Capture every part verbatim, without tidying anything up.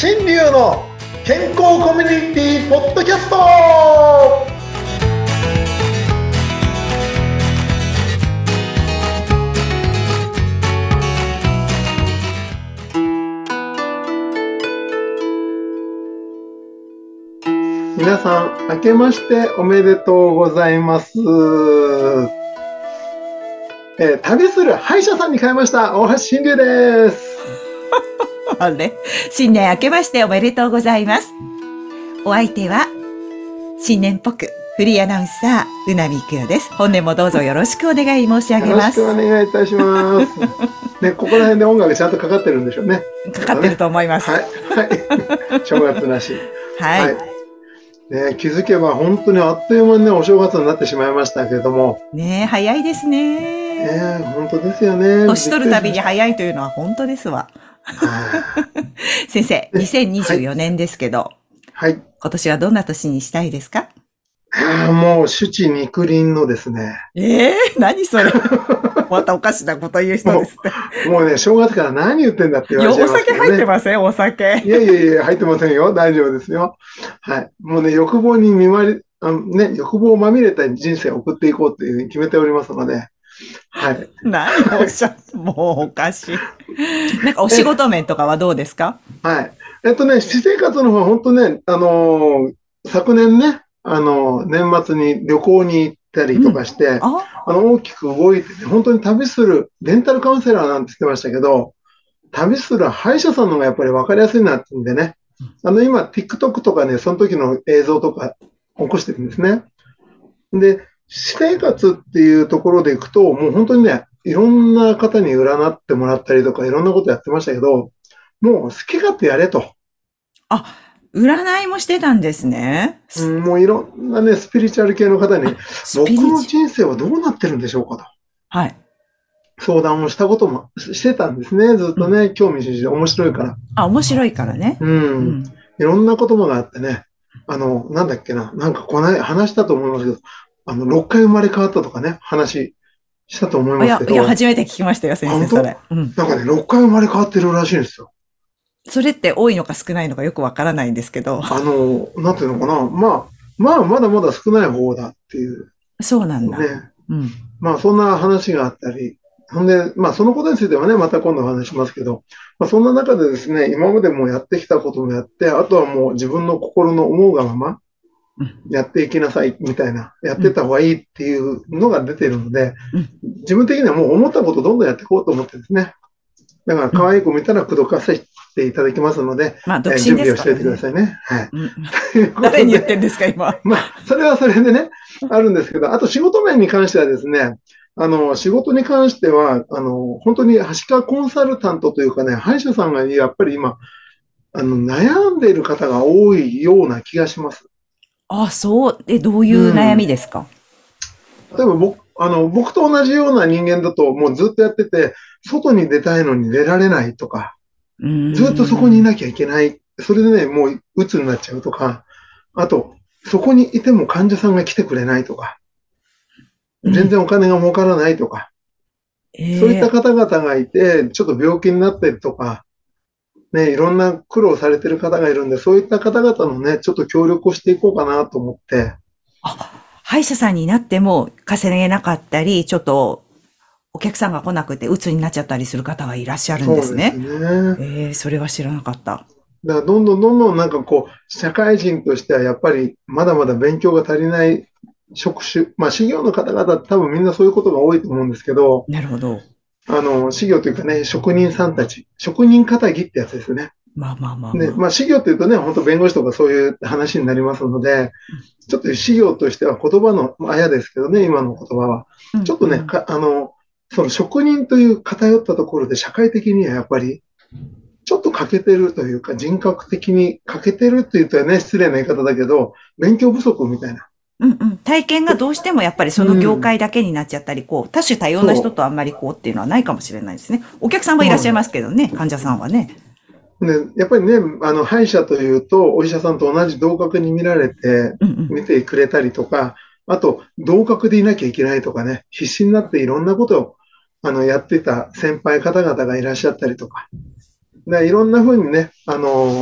新流の健康コミュニティポッドキャスト。皆さん明けましておめでとうございます。えー、旅する歯医者さんに変えました大橋新流です。 あれ、新年明けましておめでとうございます。お相手は新年っぽくフリーアナウンサーうなみいくよです。本年もどうぞよろしくお願い申し上げます。 よろしくお願いいたします。ね、ここら辺で音楽ちゃんとかかってるんでしょうね。 かかってると思います。 はい、はい、正月らしい。 はい。はいね、気づけば本当にあっという間にね、お正月になってしまいましたけれども。 ねえ、早いですね。 ね、本当ですよね。 年取るたびに早いというのは本当ですわ。先生、にせんにじゅうよねんですけど、 はい。 今年はどんな年にしたいですか？ ああ、もう、朱地肉林のですね。 ええー、何それ。またおかしなこと言う人ですってもう。もうね、正月から何言ってんだって言われちゃいますけどね。 お酒入ってません？お酒。 いやいやいや、入ってませんよ。大丈夫ですよ。はい。もうね、欲望に見舞われ、あのね、欲望まみれた人生を送っていこうというふうに決めておりますので。はい。 何をおっしゃって、もうおかしい。なんかお仕事面とかはどうですか？ はい。えっとね、私生活の方は本当ね、あのー、昨年ね、あのー、年末に旅行に行ったりとかして、うん、ああの、大きく動いてて、本当に旅する、レンタルカウンセラーなんて言ってましたけど、旅する歯医者さんの方がやっぱり分かりやすいなっていうんでね、あの、今、TikTok とかね、その時の映像とか起こしてるんですね。で、私生活っていうところでいくと、もう本当にね、いろんな方に占ってもらったりとか、いろんなことやってましたけど、もう好き勝手やれと。 あ、占いもしてたんですね。 うん、もういろんなね、スピリチュアル系の方に、僕の人生はどうなってるんでしょうかと。 はい。 相談をしたこともしてたんですね。ずっとね、うん、興味津々で面白いから。 あ、面白いからね。 うん。うん、いろんな言葉があってね。あの、なんだっけな。なんかこの間話したと思いますけど、あの、ろっかい生まれ変わったとかね、話したと思いますけど。 いや、いや、初めて聞きましたよ、先生、それ。 うん。なんかね、ろっかい生まれ変わってるらしいんですよ。 それって多いのか少ないのかよくわからないんですけど。 あの、なんていうのかな。まあ、まあ、まだまだ少ない方だっていう。 そうなんだ。 ね。 うん。 まあ、そんな話があったり。ほんで、まあ、そのことについてはね、また今度お話しますけど、まあ、そんな中でですね、今までもやってきたこともやって、あとはもう自分の心の思うがまま、やっていきなさい、みたいな、やってった方がいいっていうのが出ているので、自分的にはもう思ったことどんどんやっていこうと思ってですね。だから、可愛い子見たら口説かせていただきますので、 まあ、独身ですからね。 準備をしておいてくださいね。はい。 誰に言ってんですか、今。 まあ、それはそれでね、あるんですけど、あと仕事面に関してはですね、あの、仕事に関しては、あの、本当に歯科コンサルタントというかね、歯医者さんがやっぱり今、あの、悩んでいる方が多いような気がします。 あ、そう。え、どういう悩みですか？ うん、例えば僕、あの、僕と同じような人間だと、もうずっとやってて、外に出たいのに出られないとか、ずっとそこにいなきゃいけない。それでね、もう鬱になっちゃうとか、あと、そこにいても患者さんが来てくれないとか、全然お金が儲からないとか、うん、そういった方々がいて、ちょっと病気になってるとか、ね、いろんな苦労されてる方がいるんで、そういった方々のね、ちょっと協力をしていこうかなと思って。 あ、歯医者さんになっても稼げなかったり、ちょっとお客さんが来なくて鬱になっちゃったりする方がいらっしゃるんですね。そうですね。えー、それは知らなかった。 だからどんどんどんどんなんかこう、社会人としてはやっぱりまだまだ勉強が足りない職種、まあ、修行の方々って多分みんなそういうことが多いと思うんですけど、 なるほど。 あの、修行というかね、職人さんたち、職人仇ってやつですね。 まあまあまあ、 まあ。で、まあ、修行っていうとね、本当弁護士とかそういう話になりますので、ちょっと修行としては言葉のあやですけどね、今の言葉は。ちょっとね、うんうん、あの、その職人という偏ったところで社会的にはやっぱり、ちょっと欠けてるというか、人格的に欠けてるって言ったらね、失礼な言い方だけど、勉強不足みたいな。 うんうん。体験がどうしてもやっぱりその業界だけになっちゃったり、こう、多種多様な人とあんまりこうっていうのはないかもしれないですね。お客さんはいらっしゃいますけどね、患者さんはね。 で、やっぱりね、あの、歯医者というと、お医者さんと同じ同格に見られて、見てくれたりとか、あと、同格でいなきゃいけないとかね、必死になっていろんなことを、あの、やってた先輩方々がいらっしゃったりとか、でいろんな風にね、あの、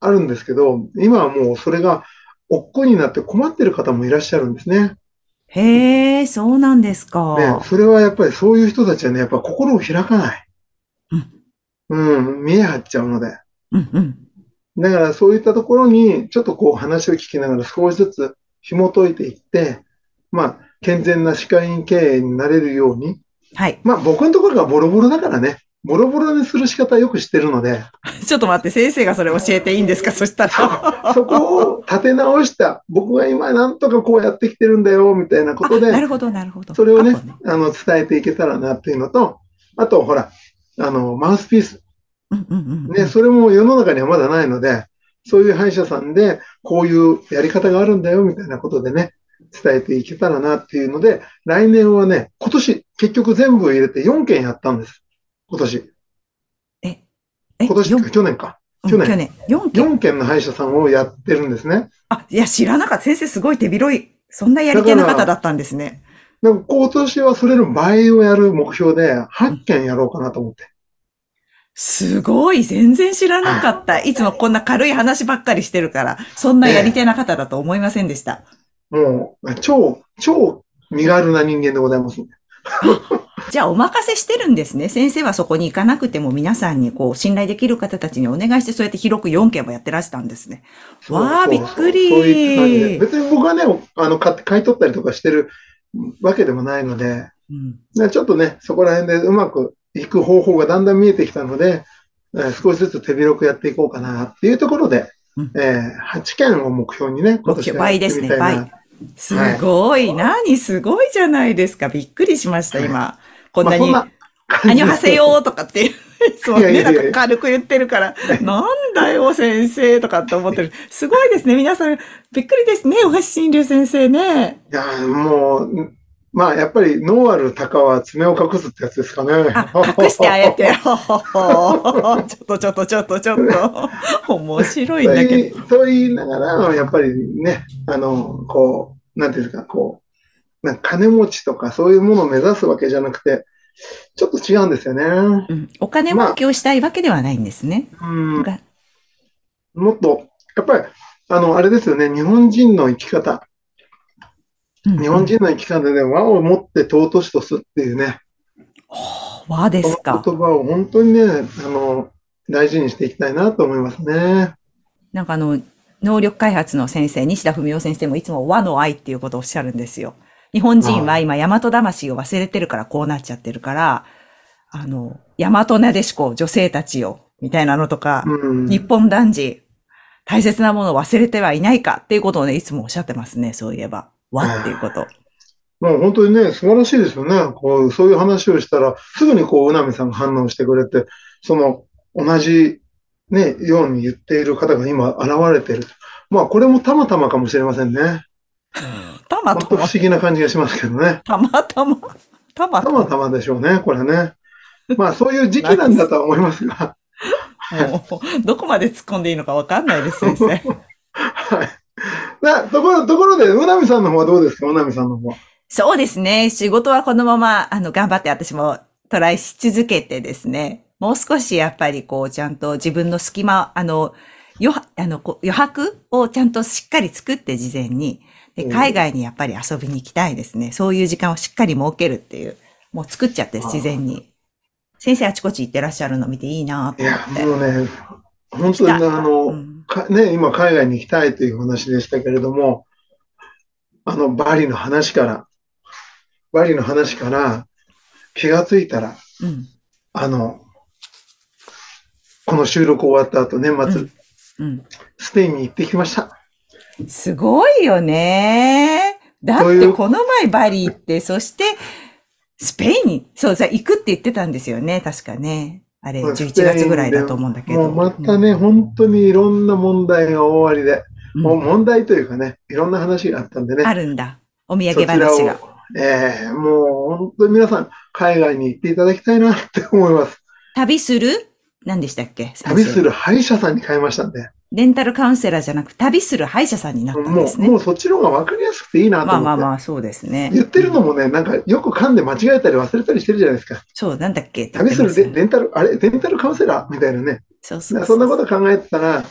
あるんですけど、今はもうそれが億劫になって困ってる方もいらっしゃるんですね。 へえ、そうなんですね、 か。 それはやっぱりそういう人たちはね、やっぱ心を開かない。 うん、 うん、見え張っちゃうので。 うん、うん。 だからそういったところに、ちょっとこう話を聞きながら少しずつ紐解いていって、まあ、健全な歯科医院経営になれるように、 はい。 まあ僕のところがボロボロだからね、ボロボロにする仕方はよく知ってるので、 ちょっと待って、先生がそれ教えていいんですか？そしたそ、そら。 こを立て直した、僕が今なんとかこうやってきてるんだよ、みたいなこあ、 とで、 なるほど、なるほど。 それをね、 過去ね。 あの、伝えていけたらなっていうのと、あと、ほら、あの、マウスピース。 うん、うん、うん、うね、 ん。 それも世の中にはまだないので、そういう歯医者さんで、こういうやり方があるんだよ、みたいなことでね、伝えていけたらなっていうので、来年はね、今年、結局全部入れてよんけんやったんです。今年。 え、え、 今年か、 よん、 去年か。 うん、去去年。 年、よんけん。 よんけんの歯医者さんをやってるんですね。 あ、いや、知らなかった。先生すごい手広い。そんなやり手だから、 な方だったんですね。 なんか今年はそれの倍をやる目標で、 うん、 はっけんやろうかなと思って。 すごい。全然知らなかはった。いつもこんな軽い話ばっかりしてるから、そんない。 やり手えな方だと思いませんでした。 え、もう、超、超身軽な人間でございますんで。 あ、じゃあお任せしてるんですね。先生はそこに行かなくても皆さんにこう信頼できる方たちにお願いしてそうやって広くよんけんもやってらしたんですね。 そうわあ、びっくそうそう、そういった感じで。 り。 別に僕はね、あの、買って、買い取ったりとかしてるわけでもないので、 うん。 ねちょっとね、そこら辺でうまくいく方法がだんだん見えてきたので、えー少しずつ手広くやっていこうかなっていうところで、 うん。 えー、はちけんを目標にね、今目標、 年はやって倍ですね、倍。 みたいな。 すはい。 ごい。何すごいじゃないですか。びっくりしました、 はい。 今。こんなに、 まあそんな感アニョじです。 ハセヨとかっていう、 いやいそうね、なんかやいやいや。 軽く言ってるから、なんだよ、先生とかって思ってる。すごいですね。皆さん、びっくりですね、大橋新流先生ね。 いや、もう、まあ、やっぱり、ノーアルタカは爪を隠すってやつですかね。 あ、隠してあえて。ほほほちょっとちょっとちょっとちょっと。面白いんだけど。 と言い、と言いながら、やっぱりね、あの、こう、なんていうんですか、こう、なんか金持ちとかそういうものを目指すわけじゃなくて、ちょっと違うんですよね。 うん。お金まあ、 儲けをしたいわけではないんですね。 うん、 が、 もっと、やっぱり、あの、あれですよね、日本人の生き方。 うんうん。 日本人の生き方で和をもって尊しとすっていうね、 和でこのすか。 言葉を本当にね、あの、大事にしていきたいなと思いますね。 なんかあの、能力開発の先生、西田文夫先生もいつも和の愛っていうことをおっしゃるんですよ。日本人はあ今、大和魂を忘れてるからこうなっちゃってるから、あの、大和なでしこ女性たちよ、みたいなのとうか、日ん。 本男児、大切なものを忘れてはいないかっていうことをね、いつもおっしゃってますね、そういえば。和っていうこと。 もう本当にね、素晴らしいですよね。こう、そういう話をしたら、すぐにこう、うなみさんが反応してくれて、その、同じ、ね、ように言っている方が今現れている。まあ、これもたまたまかもしれませんね。 たま本当不たま、 思議な感じがしますけどね。 たまたま、たまたま。 たまたまでしょうね、これね。まあ、そういう時期なんだナイス。 とは思いますが。はい。 もう、どこまで突っ込んでいいのかわかんないです、先生。 はい。なところ、ところで、うなみさんの方はどうですか、うなみさんの方は。 そうですね。仕事はこのまま、あの、頑張って私もトライし続けてですね。もう少しやっぱりこう、ちゃんと自分の隙間、あの、余、あの、こう余白をちゃんとしっかり作って事前に。で、海お外にやっぱり遊びに行きたいですね。そういう時間をしっかり設けるっていう。もう作っちゃって、自然あに。先生あちこち行ってらっしゃるの見ていいないや、 と思って。 もうね、本当にね、 行きたい。 あの、 うん。 かね、今海外に行きたいという話でしたけれども、あの、バリの話から、バリの話から気がついたら、 うん。 あの、この収録終わった後、年末、 うん。うん。 スペインに行ってきました。 すごいよね。だという、 ってこの前バリ行って、そしてスペインに、そうさ、行くって言ってたんですよね。確かね。あれ、11 スペ月ぐらインでいだと思うんだけもうど。 またね、 うん。 本当にいろんな問題が大ありで、もううん。 問題というかね、いろんな話があったんでね、 あるんだ。お土そ産話が。 ちらを、えー、もう本当に皆さん、海外に行っていただきたいなって思います。 旅する何でしたっけ先旅す生。 る歯医者さんに変えましたんで、 レンタルカウンセラーじゃなく旅する歯医者さんになったんでもう、 すね。 もうそっちの方が分かりやすくていいなと思って。 まあまあまあ、そうですね。 言ってうん。 るのもね、なんかよく噛んで間違えたり忘れたりしてるじゃないですか。 そう、なんだっけって言っ旅するレてますよね。 レンタル、あれ、レンタルカウンセラーみたいなね。 そうそうだからそんそうそう。 なこと考えてたら、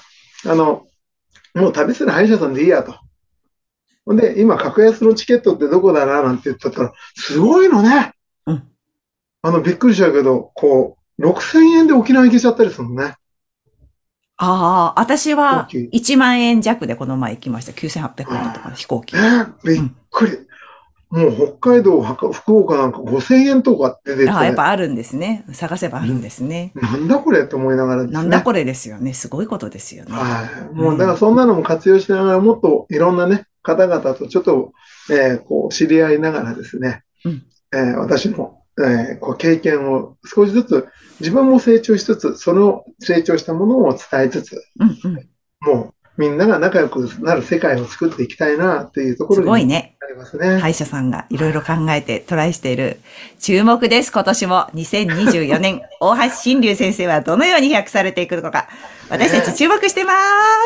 あの、もう旅する歯医者さんでいいやと。ほんで、今、格安のチケットってどこだななんて言ってたら、すごいのね。うん。あの、びっくりしたけど、こう、ろくせんえんで沖縄行けちゃったりするのね。 ああ、私はいちまんえん弱でこの前行きました。きゅうせんはっぴゃくえんだったかな、飛行機。 えー、びっくり。うん、もう北海道、福岡なんかごせんえんとかって出てて。 ああ、やっぱあるんですね。探せばあるんですね。 なんだこれって思いながらですね。 なんだこれですよね。すごいことですよね。 はい。もう、だからそんなのも活用しながら、もっといろんなね、方々とちょっと、えー、こう、知り合いながらですね、うん、えー、私の、えー、こう経験を少しずつ、自分も成長しつつ、その成長したものを伝えつつ、うんうん、もうみんなが仲良くなる世界を作っていきたいなっていうところに、 すごいね。 ありますね。 歯医者さんがいろいろ考えてトライしている。注目です、今年も。にせんにじゅうよねん、大橋新龍先生はどのように飛躍されていくのか。私たち注目してます。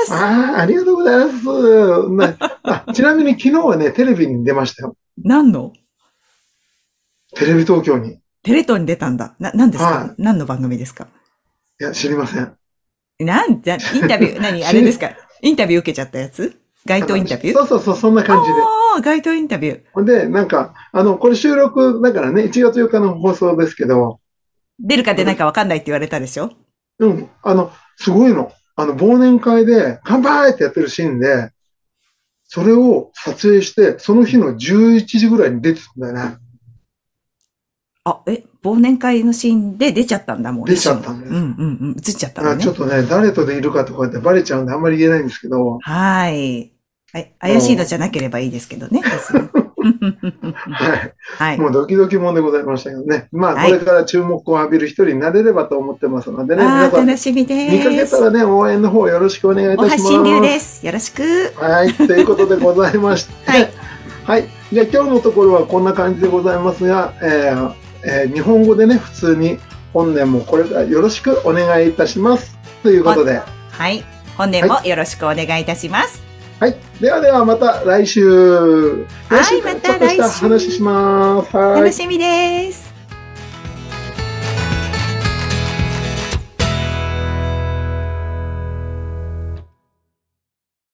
ああ、ありがとうございます。あ、ちなみに昨日はね、テレビに出ましたよ。 何の？ テレビ東京に。 テレ東に出たんだ。な、何ですか、はい、何の番組ですか？ いや、知りません。 なんじゃ、インタビュー、何あれですか？インタビュー受けちゃったやつ？街頭インタビュー？ そうそうそう、そんな感じで。 ああ、街頭インタビュー。で、なんか、あの、これ収録だからね、いちがつよっかの放送ですけど。 出るか出ないか分かんないって言われたでしょ？ うん、あの、すごいの。あの、忘年会で、乾杯ってやってるシーンで、それを撮影して、その日のじゅういちじぐらいに出てたんだよね。 あ、え、忘年会のシーンで出ちゃったんだもん。 出ちゃったんです。 うんうんうん。映っちゃったのね。 ちょっとね、誰とでいるかとかってバレちゃうんであんまり言えないんですけど。 はい。怪しいのじゃなければいいですけどね。 はい。はい。もうドキドキもんでございましたけどね。まあ、これから注目を浴びる一人になれればと思ってますのでね。 皆さん。楽しみです。 見かけたらね、応援の方よろしくお願いいたします。 大橋新流です。よろしく。 はい。ということでございまして。はい。はい。じゃあ今日のところはこんな感じでございますが、えーえー、日本語でね、普通に本年もこれからよろしくお願いいたします。ということで。 はい。本年もよろしくお願いいたします。 はい。ではではまた来週。 はい、また来週。 話します。 楽しみです。